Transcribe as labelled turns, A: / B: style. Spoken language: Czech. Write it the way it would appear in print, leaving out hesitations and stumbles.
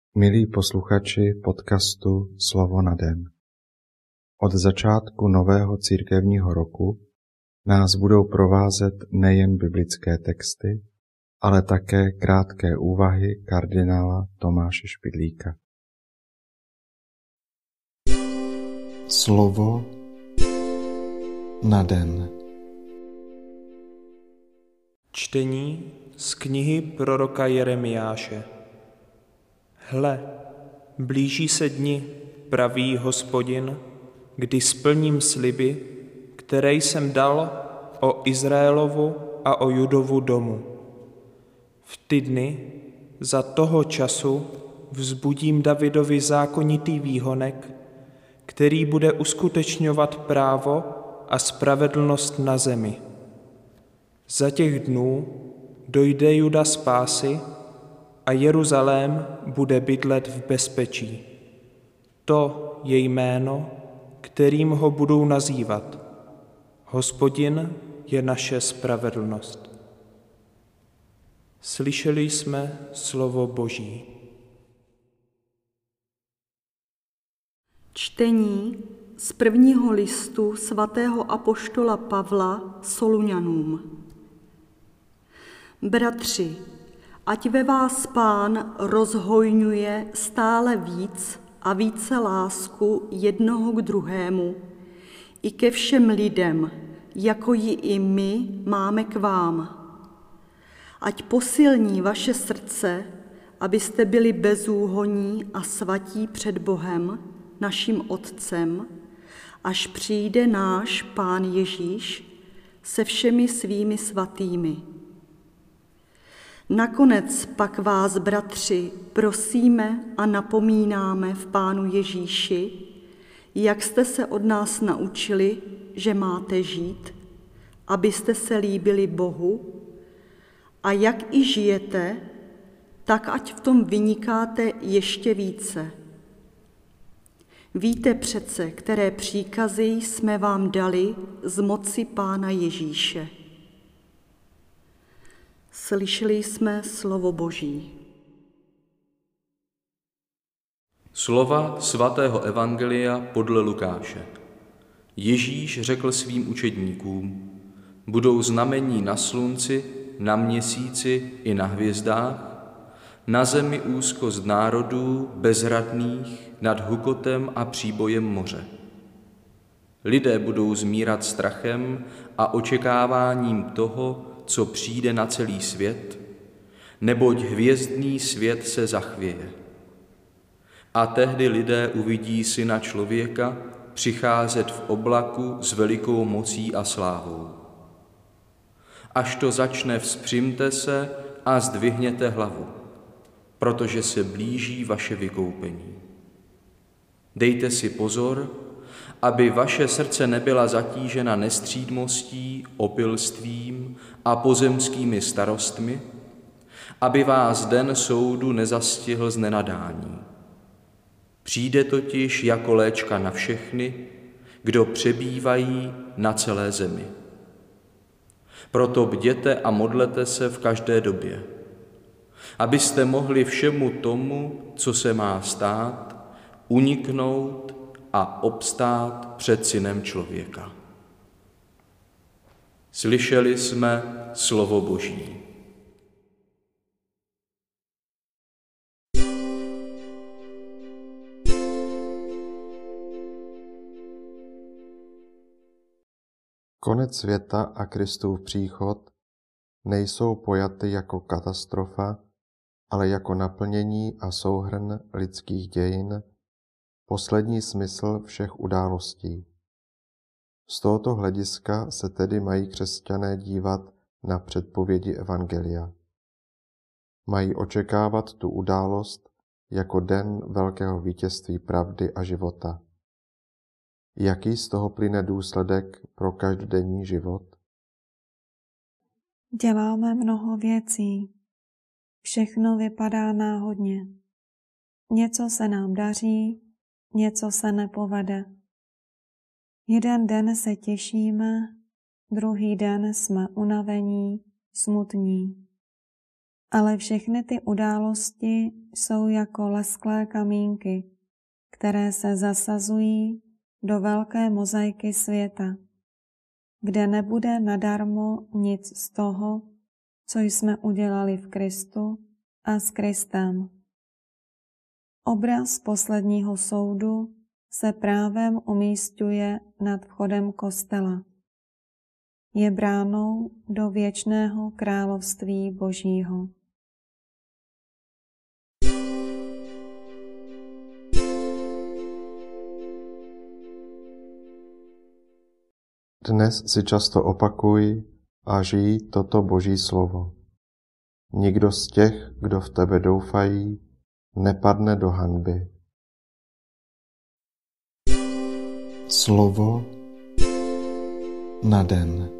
A: Milí posluchači podcastu Slovo na den. Od začátku nového církevního roku nás budou provázet nejen biblické texty, ale také krátké úvahy kardinála Tomáše Špidlíka. Slovo na den.
B: Čtení z knihy proroka Jeremiáše. Hle, blíží se dni, praví Hospodin, kdy splním sliby, které jsem dal o Izraelovu a o Judovu domu. V ty dny, za toho času, vzbudím Davidovi zákonitý výhonek, který bude uskutečňovat právo a spravedlnost na zemi. Za těch dnů dojde Juda spásy a Jeruzalém bude bydlet v bezpečí. To je jméno, kterým ho budou nazývat. Hospodin je naše spravedlnost. Slyšeli jsme slovo Boží.
C: Čtení z prvního listu svatého apoštola Pavla Soluňanům. Bratři, ať ve vás Pán rozhojňuje stále víc a více lásku jednoho k druhému, i ke všem lidem, jako ji i my máme k vám. Ať posilní vaše srdce, abyste byli bezúhonní a svatí před Bohem, naším Otcem, až přijde náš Pán Ježíš se všemi svými svatými. Nakonec pak vás, bratři, prosíme a napomínáme v Pánu Ježíši, jak jste se od nás naučili, že máte žít, abyste se líbili Bohu, a jak i žijete, tak ať v tom vynikáte ještě více. Víte přece, které příkazy jsme vám dali z moci Pána Ježíše. Slyšeli jsme slovo Boží.
D: Slova svatého evangelia podle Lukáše. Ježíš řekl svým učedníkům: budou znamení na slunci, na měsíci i na hvězdách, na zemi úzkost národů bezradných nad hukotem a příbojem moře. Lidé budou zmírat strachem a očekáváním toho, co přijde na celý svět, neboť hvězdný svět se zachvěje. A tehdy lidé uvidí Syna člověka přicházet v oblaku s velikou mocí a slávou. Až to začne, vzpřimte se a zdvihněte hlavu, protože se blíží vaše vykoupení. Dejte si pozor, aby vaše srdce nebyla zatížena nestřídmostí, opilstvím a pozemskými starostmi, aby vás den soudu nezastihl z nenadání. Přijde totiž jako léčka na všechny, kdo přebývají na celé zemi. Proto bděte a modlete se v každé době, abyste mohli všemu tomu, co se má stát, uniknout a obstát před Synem člověka. Slyšeli jsme slovo Boží.
A: Konec světa a Kristův příchod nejsou pojaty jako katastrofa, ale jako naplnění a souhrn lidských dějin, poslední smysl všech událostí. Z tohoto hlediska se tedy mají křesťané dívat na předpovědi evangelia. Mají očekávat tu událost jako den velkého vítězství pravdy a života. Jaký z toho plyne důsledek pro každodenní život?
E: Děláme mnoho věcí. Všechno vypadá náhodně. Něco se nám daří, něco se nepovede. Jeden den se těšíme, druhý den jsme unavení, smutní. Ale všechny ty události jsou jako lesklé kamínky, které se zasazují do velké mozaiky světa, kde nebude nadarmo nic z toho, co jsme udělali v Kristu a s Kristem. Obraz posledního soudu se právem umísťuje nad vchodem kostela. Je bránou do věčného království Božího.
A: Dnes si často opakuj a žij toto Boží slovo. Nikdo z těch, kdo v tebe doufají, nepadne do hanby. Slovo na den.